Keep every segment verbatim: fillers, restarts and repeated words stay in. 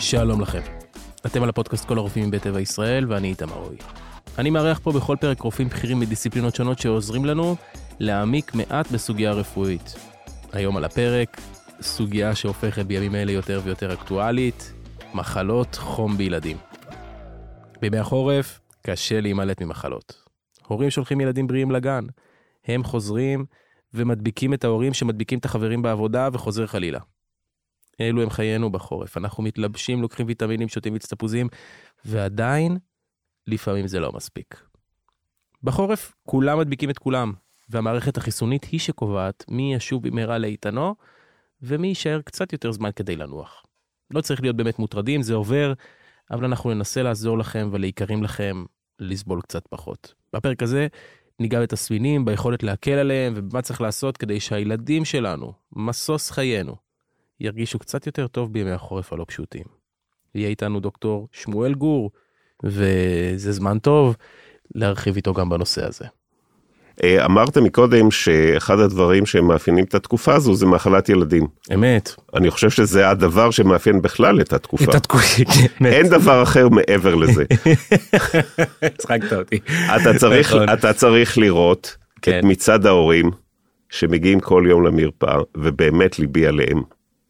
שלום לכם. אתם על הפודקאסט כל הרופאים מבית טבע ישראל, ואני איתמר רועי. אני מארח פה בכל פרק רופאים בכירים מדיסציפלינות שונות שעוזרים לנו להעמיק מעט בסוגיה רפואית. היום על הפרק, סוגיה שהופכת בימים אלה יותר ויותר אקטואלית, מחלות חום בילדים. בימי החורף קשה להימלט ממחלות. הורים שולחים ילדים בריאים לגן. הם חוזרים ומדביקים את ההורים שמדביקים את החברים בעבודה וחוזר חלילה. אלו הם חיינו בחורף. אנחנו מתלבשים, לוקחים ויטמינים, שותים מיץ תפוזים, ועדיין לפעמים זה לא מספיק. בחורף כולם מדביקים את כולם, והמערכת החיסונית היא שקובעת מי ישוב במהרה לאיתנו, ומי יישאר קצת יותר זמן כדי לנוח. לא צריך להיות באמת מוטרדים, זה עובר, אבל אנחנו ננסה לעזור לכם ולעיקרים לכם לסבול קצת פחות. בפרק הזה ניגע בתסמינים, ביכולת להקל עליהם, ובמה צריך לעשות כדי שהילדים שלנו, מסוס חיינו, ירגישו קצת יותר טוב בימי החורף הלא פשוטים. יהיה איתנו דוקטור שמואל גור, וזה זמן טוב להרחיב איתו גם בנושא הזה. אמרת מקודם שאחד הדברים שמאפיינים את התקופה הזו זה מחלת ילדים. אמת. אני חושב שזה הדבר שמאפיין בכלל את התקופה. את התקופה, אמת. אין דבר אחר מעבר לזה. צחקת אותי. אתה צריך, אתה צריך לראות כן. את מצד ההורים שמגיעים כל יום למרפאה, ובאמת ליבי עליהם.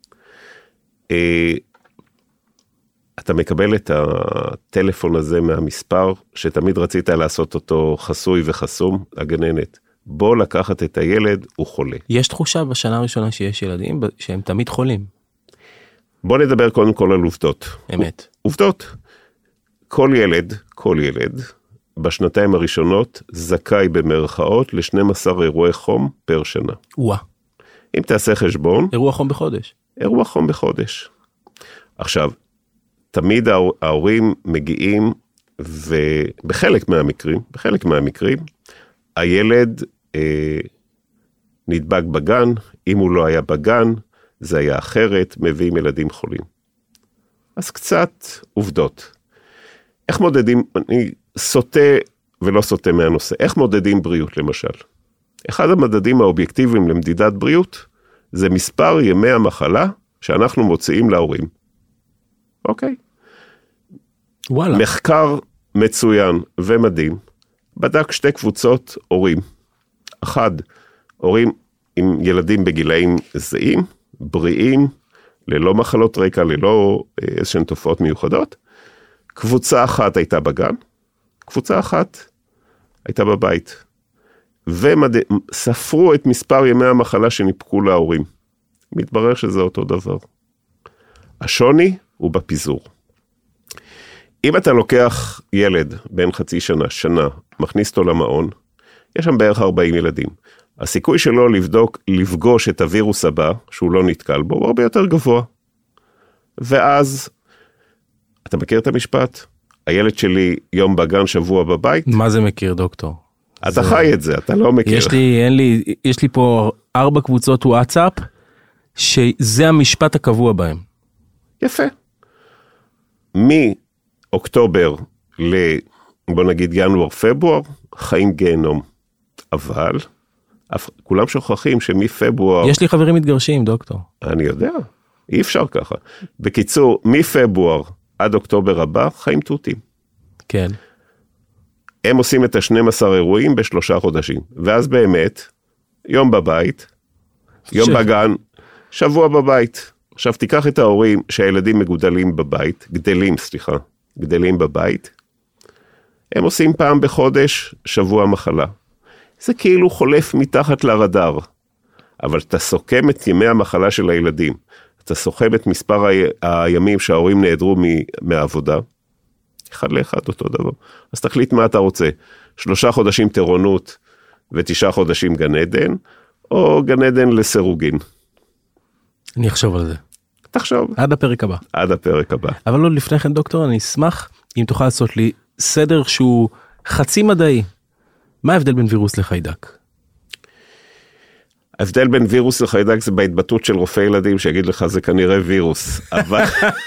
אתה מקבל את הטלפון הזה מהמספר, שתמיד רצית לעשות אותו חסוי וחסום, הגננת. בוא לקחת את הילד, הוא חולה. יש תחושה בשנה הראשונה שיש ילדים שהם תמיד חולים. בוא נדבר קודם כל על עובדות. אמת. עובדות. כל ילד, כל ילד, בשנתיים הראשונות, זכאי במרכאות ל-שנים עשר אירועי חום פר שנה. וואה. אם תעשה חשבון... אירוע חום בחודש. אירוע חום בחודש. עכשיו, תמיד ההורים מגיעים, ובחלק מהמקרים, בחלק מהמקרים, הילד אה, נדבק בגן, אם הוא לא היה בגן, זה היה אחרת, מביאים ילדים חולים. אז קצת עובדות. איך מודדים, אני סוטה ולא סוטה מהנושא, איך מודדים בריאות למשל? אחד המדדים האובייקטיביים למדידת בריאות, זה מספר ימי המחלה שאנחנו מוציאים להורים. אוקיי? וואלה. מחקר מצוין ומדהים, בדק שתי קבוצות הורים. אחד, הורים עם ילדים בגילאים זהים, בריאים, ללא מחלות רקע, ללא איזשהן תופעות מיוחדות. קבוצה אחת הייתה בגן, קבוצה אחת הייתה בבית. וספרו את מספר ימי המחלה שניפקו להורים. מתברר שזה אותו דבר. השוני הוא בפיזור. אם אתה לוקח ילד בין חצי שנה, שנה, מכניס אותו למעון, יש שם בערך ארבעים ילדים. הסיכוי שלו לבדוק, לפגוש את הווירוס הבא, שהוא לא נתקל בו, הוא הרבה יותר גבוה. ואז, אתה מכיר את המשפט? הילד שלי יום בגן, שבוע בבית? מה זה מכיר, דוקטור? אתה זה... חי את זה, אתה לא מכיר. יש לי, אין לי, יש לי פה ארבע קבוצות וואטסאפ, שזה המשפט הקבוע בהם. יפה. מאוקטובר ל... בוא נגיד ינואר, פברואר, חיים גיהנום. אבל, כולם שוכחים שמפברואר... יש לי חברים מתגרשים, דוקטור. אני יודע, אי אפשר ככה. בקיצור, מפברואר עד אוקטובר הבא, חיים תותים. כן. הם עושים את ה-שנים עשר אירועים בשלושה חודשים. ואז באמת, יום בבית, יום ש... בגן, שבוע בבית. עכשיו תיקח את ההורים שהילדים מגודלים בבית, גדלים, סליחה, גדלים בבית. הם עושים פעם בחודש שבוע מחלה. זה כאילו חולף מתחת לרדאר. אבל אתה סוכם את ימי המחלה של הילדים. אתה סוכם את מספר הימים שההורים נעדרו מהעבודה. אחד לאחד אותו דבר. אז תחליט מה אתה רוצה. שלושה חודשים טירונות ותשעה חודשים גן עדן, או גן עדן לסירוגין. אני אחשוב על זה. תחשוב. עד הפרק הבא. עד הפרק הבא. אבל לא לפני כן, דוקטור, אני אשמח אם תוכל לעשות לי סדר שהוא חצי מדעי. מה ההבדל בין וירוס לחיידק? ההבדל בין וירוס לחיידק זה בהתבטאות של רופא ילדים שיגיד לך זה כנראה וירוס. אבל...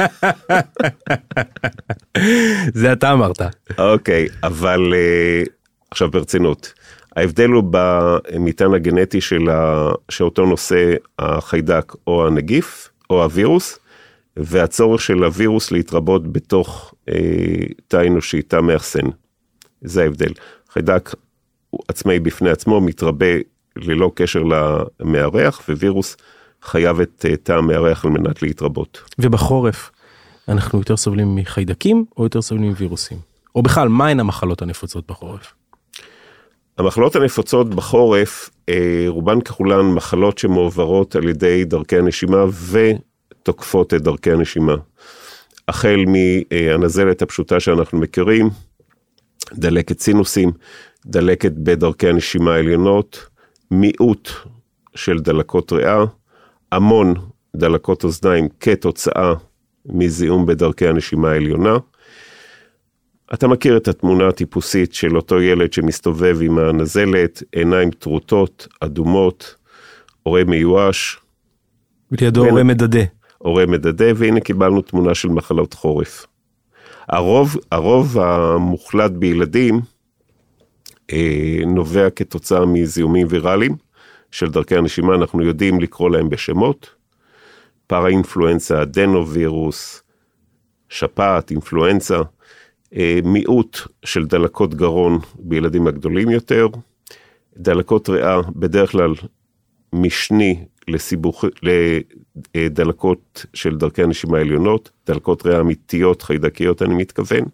זה אתה אמרת. אוקיי, אבל עכשיו ברצינות. ההבדל הוא במטען הגנטי של ה... שאותו נושא החיידק או הנגיף או הווירוס, והצורך של הווירוס להתרבות בתוך אה, תא אנושי, תא מאחסן. זה ההבדל. חיידק עצמאי בפני עצמו מתרבה ללא קשר למארח, ווירוס חייב את תא המארח על מנת להתרבות. ובחורף, אנחנו יותר סובלים מחיידקים או יותר סובלים מווירוסים? או בכלל, מהן המחלות הנפוצות בחורף? המחלות הנפוצות בחורף, רובן ככולן מחלות שמועברות על ידי דרכי הנשימה ותוקפות את דרכי הנשימה. החל מהנזלת הפשוטה שאנחנו מכירים, דלקת סינוסים, דלקת בדרכי הנשימה העליונות, מיעוט של דלקות ריאה, המון דלקות אוזניים כתוצאה מזיהום בדרכי הנשימה העליונה. אתה מכיר את התמונה הטיפוסית של אותו ילד שמסתובב עם הנזלת, עיניים טרוטות, אדומות, אורי מיואש. ולידו אורי מדדה. אורי מדדה, והנה קיבלנו תמונה של מחלות חורף. הרוב, הרוב המוחלט בילדים אה, נובע כתוצאה מזיהומים ויראליים של דרכי הנשימה, אנחנו יודעים לקרוא להם בשמות, פארה-אינפלואנסה, אדנווירוס, שפעת, אינפלואנסה, מיעוט של דלקות גרון בילדים הגדולים יותר, דלקות ריאה בדרך כלל משני לסיבוך, לדלקות של דרכי הנשימה העליונות, דלקות ריאה אמיתיות, חיידקיות אני מתכוון,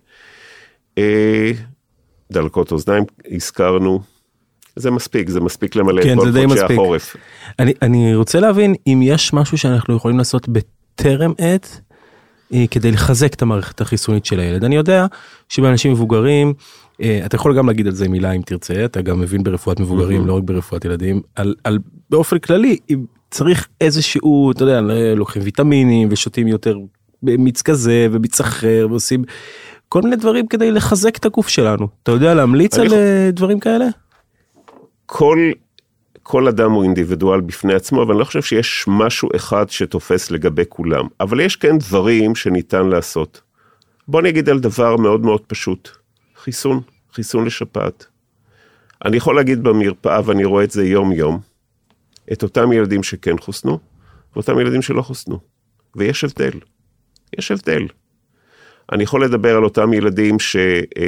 דלקות אוזניים הזכרנו, זה מספיק, זה מספיק למלא כן, את כל חודשי החורף. אני, אני רוצה להבין אם יש משהו שאנחנו יכולים לעשות בטרם עת, כדי לחזק את המערכת החיסונית של הילד. אני יודע שבאנשים מבוגרים, אתה יכול גם להגיד על זה מילה אם תרצה, אתה גם מבין ברפואת מבוגרים, לא רק ברפואת ילדים, על, על, באופן כללי, אם צריך איזשהו, אתה יודע, לוקחים ויטמינים ושותים יותר במיץ כזה ומיץ אחר, ועושים כל מיני דברים כדי לחזק את הגוף שלנו. אתה יודע להמליץ על יכול... דברים כאלה? כל... כל אדם הוא אינדיבידואל בפני עצמו, אבל אני לא חושב שיש משהו אחד שתופס לגבי כולם. אבל יש כן דברים שניתן לעשות. בוא נגיד על דבר מאוד מאוד פשוט. חיסון, חיסון לשפעת. אני יכול להגיד במרפאה, ואני רואה את זה יום יום, את אותם ילדים שכן חוסנו, ואותם ילדים שלא חוסנו. ויש הבדל. יש הבדל. אני יכול לדבר על אותם ילדים ש...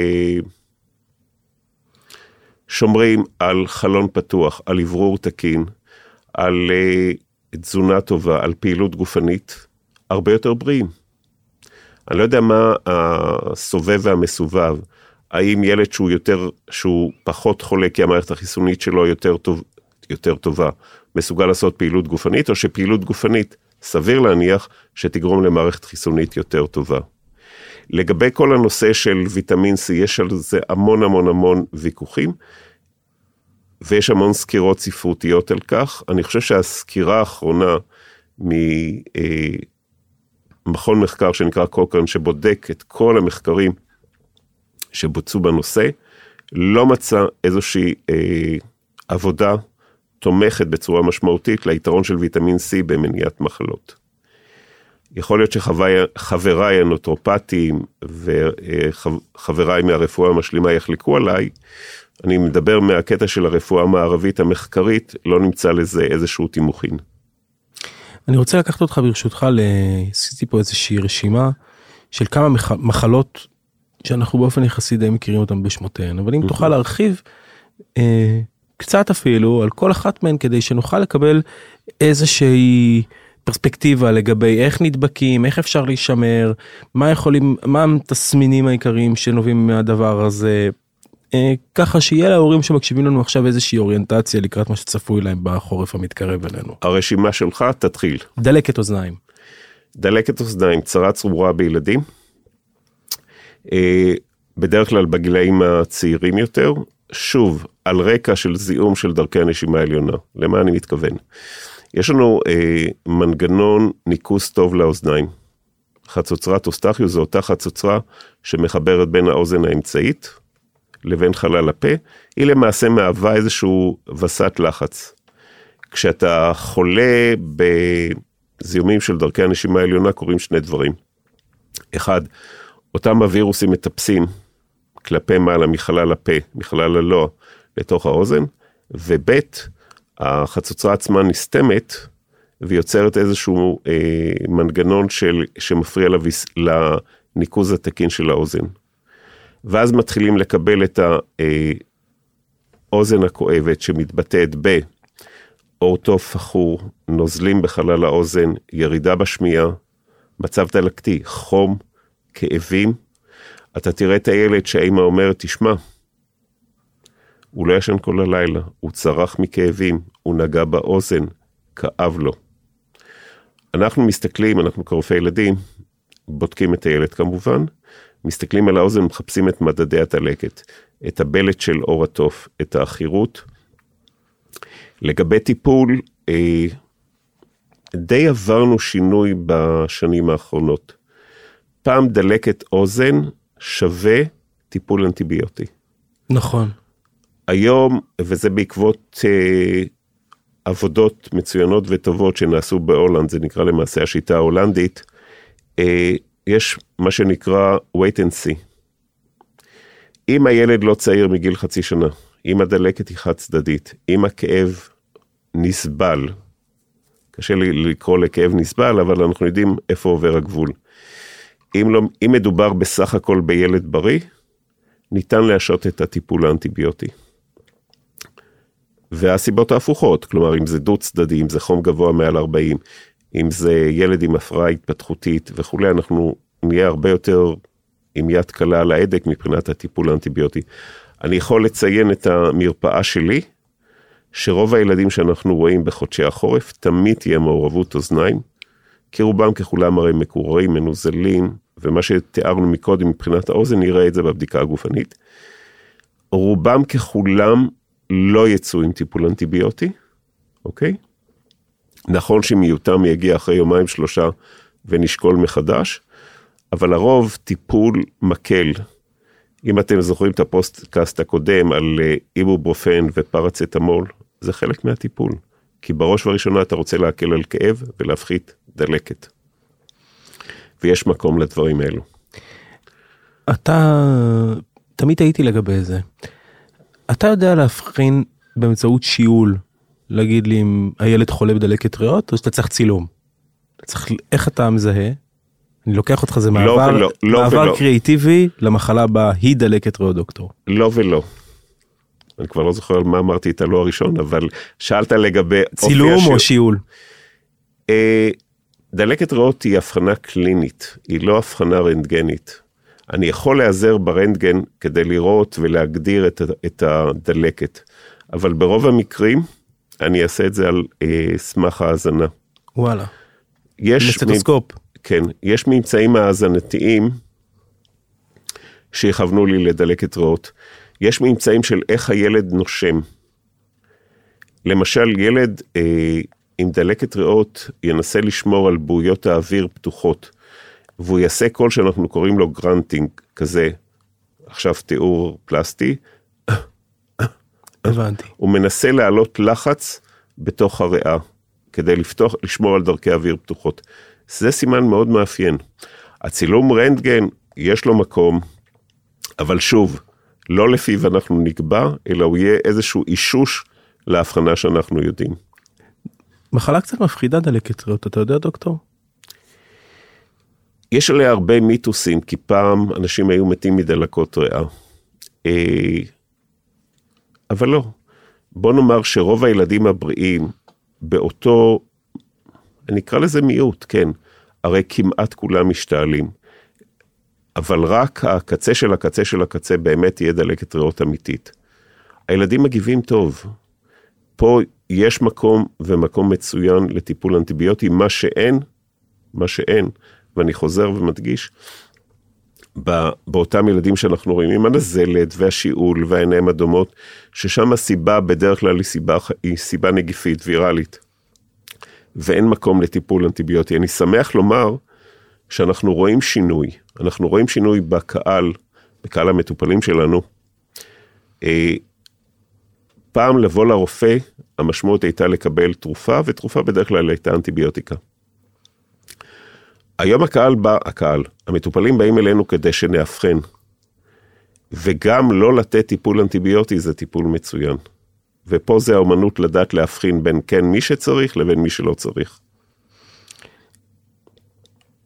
שומרים על חלון פתוח, על עברור תקין, על uh, תזונה טובה, על פעילות גופנית, הרבה יותר בריאים. אני לא יודע מה הסובב והמסובב, האם ילד שהוא יותר, שהוא פחות חולה, כי המערכת החיסונית שלו יותר, טוב, יותר טובה, מסוגל לעשות פעילות גופנית, או שפעילות גופנית סביר להניח שתגרום למערכת חיסונית יותר טובה. לגבי כל הנושא של ויטמין C, יש על זה המון המון המון ויכוחים, ויש המון סקירות ספרותיות על כך. אני חושב שהסקירה האחרונה ממכון מחקר שנקרא קוקרן, שבודק את כל המחקרים שבוצעו בנושא, לא מצא איזושהי אה, עבודה תומכת בצורה משמעותית ליתרון של ויטמין C במניעת מחלות. יכול להיות שחבריי הנוטרופטיים וחבריי מהרפואה המשלימה יחלקו עליי, אני מדבר מהקטע של הרפואה המערבית המחקרית, לא נמצא לזה איזשהו תימוכין. אני רוצה לקחת אותך ברשותך, עשיתי פה איזושהי רשימה של כמה מחלות שאנחנו באופן יחסי די מכירים אותם בשמותיהן, אבל אם תוכל להרחיב אה, קצת אפילו על כל אחת מהן, כדי שנוכל לקבל איזושהי פרספקטיבה לגבי איך נדבקים, איך אפשר להישמר, מה יכולים, מה התסמינים העיקריים שנובעים מהדבר הזה, אה, ככה שיהיה להורים שמקשיבים לנו עכשיו איזושהי אוריינטציה לקראת מה שצפוי להם בחורף המתקרב אלינו. הרשימה שלך תתחיל. דלקת אוזניים. דלקת אוזניים, צרה צרורה בילדים, אה, בדרך כלל בגילאים הצעירים יותר, שוב, על רקע של זיהום של דרכי הנשימה העליונה. למה אני מתכוון? יש לנו אה, מנגנון ניקוס טוב לאוזניים. חצוצרת אוסטחיוס זו אותה חצוצרה שמחברת בין האוזן האמצעית לבין חלל הפה, היא למעשה מהווה איזשהו וסת לחץ. כשאתה חולה בזיהומים של דרכי הנשימה העליונה קורים שני דברים. אחד, אותם הווירוסים מטפסים כלפי מעלה מחלל הפה, מחלל הלוע לתוך האוזן, ובית, החצוצרה עצמה נסתמת, ויוצרת איזשהו אה, מנגנון של, שמפריע לוויס, לניקוז התקין של האוזן. ואז מתחילים לקבל את האוזן הכואבת שמתבטאת ב... אורטו פחור, נוזלים בחלל האוזן, ירידה בשמיעה, מצב דלקתי, חום, כאבים. אתה תראה את הילד שהאמא אומרת, תשמע, הוא לא ישן כל הלילה, הוא צרח מכאבים, הוא נגע באוזן, כאב לו. אנחנו מסתכלים, אנחנו כרופאי ילדים, בודקים את הילד כמובן, מסתכלים על האוזן, מחפשים את מדדי הדלקת, את הבלט של אור התוף, את האחירות. לגבי טיפול, אה, די עברנו שינוי בשנים האחרונות. פעם דלקת אוזן שווה טיפול אנטיביוטי. נכון. היום, וזה בעקבות אה, עבודות מצוינות וטובות שנעשו בהולנד, זה נקרא למעשה השיטה ההולנדית, אה, יש מה שנקרא wait and see. אם הילד לא צעיר מגיל חצי שנה, אם הדלקת היא חד צדדית, אם הכאב נסבל, קשה לי לקרוא לכאב נסבל, אבל אנחנו יודעים איפה עובר הגבול. אם, לא, אם מדובר בסך הכל בילד בריא, ניתן להשעות את הטיפול האנטיביוטי. והסיבות ההפוכות, כלומר אם זה דו צדדי, אם זה חום גבוה מעל ארבעים, אם זה ילד עם הפרעה התפתחותית וכו', אנחנו נהיה הרבה יותר עם יד קלה על ההדק מבחינת הטיפול האנטיביוטי. אני יכול לציין את המרפאה שלי, שרוב הילדים שאנחנו רואים בחודשי החורף, תמיד תהיה מעורבות אוזניים, כי רובם ככולם הרי מקוררים, מנוזלים, ומה שתיארנו מקודם מבחינת האוזן, נראה את זה בבדיקה הגופנית. רובם ככולם לא יצאו עם טיפול אנטיביוטי, אוקיי? נכון שמיותם יגיע אחרי יומיים שלושה ונשקול מחדש, אבל הרוב טיפול מקל. אם אתם זוכרים את הפוסטקאסט הקודם על איבוברופן ופרצטמול, זה חלק מהטיפול. כי בראש ובראשונה אתה רוצה להקל על כאב ולהפחית דלקת. ויש מקום לדברים האלו. אתה, תמיד הייתי לגבי זה. אתה יודע להבחין באמצעות שיעול, להגיד לי אם הילד חולה בדלקת ריאות, או שאתה צריך צילום? אתה צריך, איך אתה מזהה? אני לוקח אותך, זה מעבר, לא ולא, לא מעבר ולא. קריאיטיבי למחלה בה היא דלקת ריאות, דוקטור. לא ולא. אני כבר לא זוכר על מה אמרתי את הלא הראשון, אבל שאלת לגבי... צילום או שיעול? אה, דלקת ריאות היא הבחנה קלינית, היא לא הבחנה רנטגנית. אני יכול להיעזר ברנטגן כדי לראות ולהגדיר את, את הדלקת, אבל ברוב המקרים אני אעשה את זה על אה, סמך ההאזנה. וואלה. יש... בסטטוסקופ. כן, יש ממצאים האזנתיים שיכוונו לי לדלקת ריאות. יש ממצאים של איך הילד נושם. למשל, ילד אה, עם דלקת ריאות ינסה לשמור על בועיות האוויר פתוחות, והוא יעשה כל שאנחנו קוראים לו גרנטינג, כזה, עכשיו תיאור פלסטי. הבנתי. הוא מנסה להעלות לחץ בתוך הריאה, כדי לפתוח, לשמור על דרכי אוויר פתוחות. זה סימן מאוד מאפיין. הצילום רנטגן יש לו מקום, אבל שוב, לא לפיו אנחנו נקבע, אלא הוא יהיה איזשהו אישוש להבחנה שאנחנו יודעים. מחלה קצת מפחידה דלקת ריאות, אתה יודע דוקטור? יש עליה הרבה מיתוסים, כי פעם אנשים היו מתים מדלקות ריאה. אבל לא. בוא נאמר שרוב הילדים הבריאים, באותו, אני אקרא לזה מיעוט, כן, הרי כמעט כולם משתעלים. אבל רק הקצה של הקצה של הקצה באמת תהיה דלקת ריאות אמיתית. הילדים מגיבים טוב. פה יש מקום ומקום מצוין לטיפול אנטיביוטי, מה שאין, מה שאין, ואני חוזר ומדגיש, באותם ילדים שאנחנו רואים עם הנזלת והשיעול והעיניים הדומות, ששם הסיבה בדרך כלל היא סיבה, היא סיבה נגיפית, ויראלית, ואין מקום לטיפול אנטיביוטי. אני שמח לומר שאנחנו רואים שינוי, אנחנו רואים שינוי בקהל, בקהל המטופלים שלנו. פעם לבוא לרופא, המשמעות הייתה לקבל תרופה, ותרופה בדרך כלל הייתה אנטיביוטיקה. היום הקהל בא, הקהל, המטופלים באים אלינו כדי שנאבחן, וגם לא לתת טיפול אנטיביוטי זה טיפול מצוין. ופה זה האומנות לדעת להבחין בין כן מי שצריך לבין מי שלא צריך.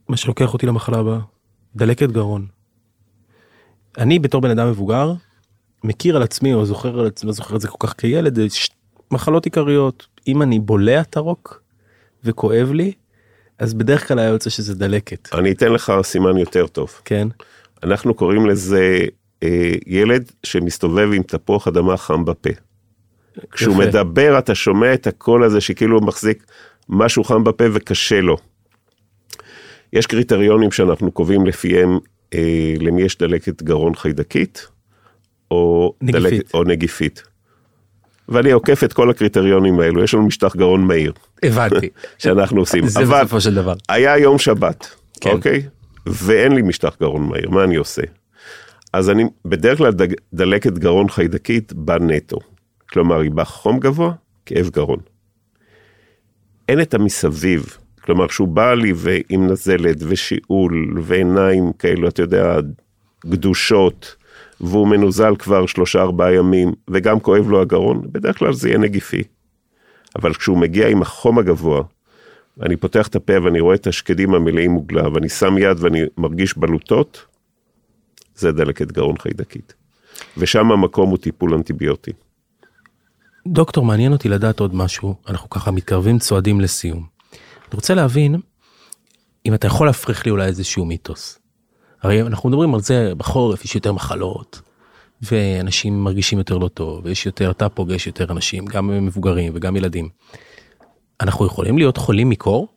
מה שלוקח אותי למחלה הבאה, דלקת גרון. אני בתור בן אדם מבוגר, מכיר על עצמי, או זוכר על עצמי, לא זוכר את זה כל כך כילד, ש... מחלות עיקריות. אם אני בולע את הרוק, וכואב לי, אז בדרך כלל היה יוצא שזה דלקת. אני אתן לך סימן יותר טוב. כן. אנחנו קוראים לזה אה, ילד שמסתובב עם תפוח אדמה חם בפה. כשהוא יפה. מדבר, אתה שומע את הקול הזה, שכאילו הוא מחזיק משהו חם בפה וקשה לו. יש קריטריונים שאנחנו קובעים לפיהם, אה, למי יש דלקת גרון חיידקית, או נגיפית. דלקת, או נגיפית. ואני עוקף את כל הקריטריונים האלו, יש לנו משטח גרון מהיר. הבנתי. שאנחנו עושים. זה אבל בסופו של דבר. היה יום שבת, כן. אוקיי? ואין לי משטח גרון מהיר, מה אני עושה? אז אני, בדרך כלל דג, דלקת גרון חיידקית בא נטו. כלומר, היא בא חום גבוה, כאב גרון. אין את המסביב, כלומר, שהוא בא לי ועם נזלת ושיעול ועיניים כאלו, אתה יודע, גדושות, והוא מנוזל כבר שלושה ארבעה ימים, וגם כואב לו הגרון, בדרך כלל זה יהיה נגיפי. אבל כשהוא מגיע עם החום הגבוה, ואני פותח את הפה ואני רואה את השקדים המלאים מוגלה, ואני שם יד ואני מרגיש בלוטות, זה דלקת גרון חיידקית. ושם המקום הוא טיפול אנטיביוטי. דוקטור, מעניין אותי לדעת עוד משהו, אנחנו ככה מתקרבים צועדים לסיום. אני רוצה להבין, אם אתה יכול להפריך לי אולי איזשהו מיתוס. הרי אנחנו מדברים על זה, בחורף יש יותר מחלות, ואנשים מרגישים יותר לא טוב, ויש יותר, אתה פוגש יותר אנשים, גם מבוגרים וגם ילדים. אנחנו יכולים להיות חולים מקור?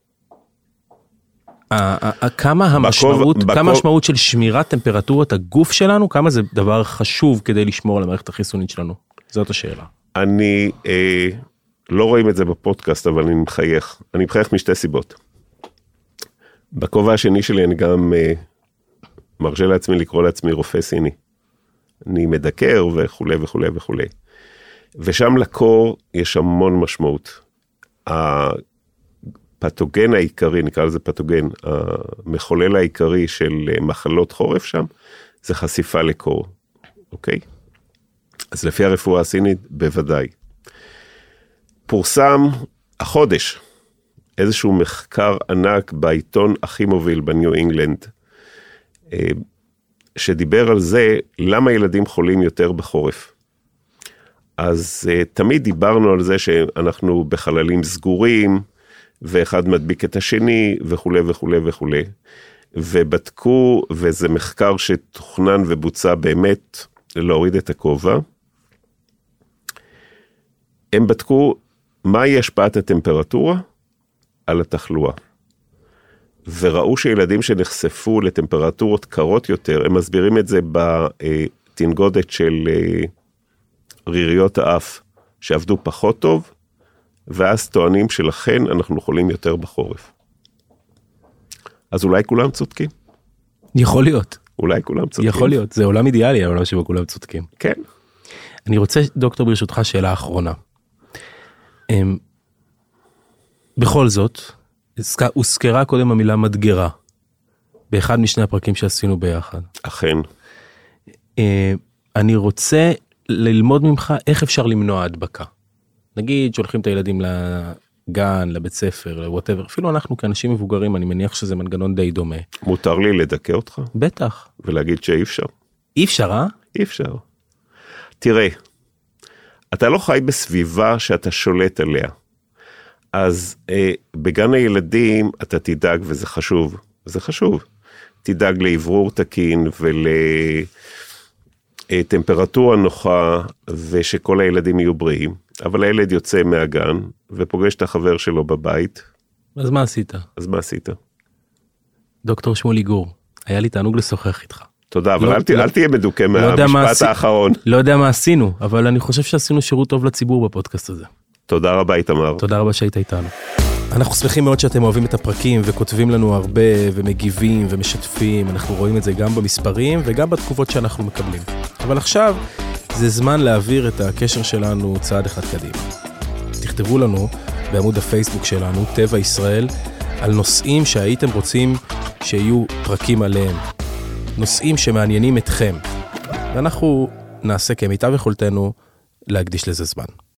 כמה המשמעות, כמה המשמעות של שמירת טמפרטורת הגוף שלנו, כמה זה דבר חשוב כדי לשמור על המערכת החיסונית שלנו? זאת השאלה. אני, אה, לא רואים את זה בפודקאסט, אבל אני מחייך. אני מחייך משתי סיבות. בכובע השני שלי אני גם אה, מרשה לעצמי לקרוא לעצמי רופא סיני. אני מדקר וכו' וכו' וכו'. ושם לקור יש המון משמעות. הפתוגן העיקרי, נקרא לזה פתוגן, המחולל העיקרי של מחלות חורף שם, זה חשיפה לקור. אוקיי? אז לפי הרפואה הסינית, בוודאי. פורסם החודש, איזשהו מחקר ענק בעיתון הכי מוביל בניו אינגלנד, שדיבר על זה, למה ילדים חולים יותר בחורף. אז תמיד דיברנו על זה שאנחנו בחללים סגורים, ואחד מדביק את השני, וכו' וכו' וכו'. ובדקו, וזה מחקר שתוכנן ובוצע באמת להוריד את הכובע. הם בדקו מהי השפעת הטמפרטורה על התחלואה. וראו שילדים שנחשפו לטמפרטורות קרות יותר, הם מסבירים את זה בתנגודת של ריריות האף, שעבדו פחות טוב, ואז טוענים שלכן אנחנו חולים יותר בחורף. אז אולי כולם צודקים? יכול להיות. אולי כולם צודקים. יכול להיות, זה עולם אידיאלי, העולם שבו כולם צודקים. כן. אני רוצה, דוקטור, ברשותך, שאלה אחרונה. בכל זאת, הוזכרה קודם המילה מדגרה, באחד משני הפרקים שעשינו ביחד. אכן. אני רוצה ללמוד ממך איך אפשר למנוע הדבקה. נגיד, שולחים את הילדים לגן, לבית ספר, ל-whatever, אפילו אנחנו כאנשים מבוגרים, אני מניח שזה מנגנון די דומה. מותר לי לדכא אותך? בטח. ולהגיד שאי אפשר. אי אפשר, אה? אי אפשר. תראה, אתה לא חי בסביבה שאתה שולט עליה. אז אה, בגן הילדים אתה תדאג, וזה חשוב, זה חשוב, תדאג לעברור תקין ולטמפרטורה נוחה, ושכל הילדים יהיו בריאים, אבל הילד יוצא מהגן, ופוגש את החבר שלו בבית. אז מה עשית? אז מה עשית? דוקטור שמולי גור, היה לי תענוג לשוחח איתך. תודה, אבל לא, אל, לא, אל תהיה מדוכא לא מהמשפט האחרון. לא יודע מה עשינו, אבל אני חושב שעשינו שירות טוב לציבור בפודקאסט הזה. תודה רבה, איתמר. תודה רבה שהיית איתנו. אנחנו שמחים מאוד שאתם אוהבים את הפרקים וכותבים לנו הרבה ומגיבים ומשתפים. אנחנו רואים את זה גם במספרים וגם בתגובות שאנחנו מקבלים. אבל עכשיו זה זמן להעביר את הקשר שלנו צעד אחד קדימה. תכתבו לנו בעמוד הפייסבוק שלנו, טבע ישראל, על נושאים שהייתם רוצים שיהיו פרקים עליהם. נושאים שמעניינים אתכם. ואנחנו נעשה כמיטב יכולתנו להקדיש לזה זמן.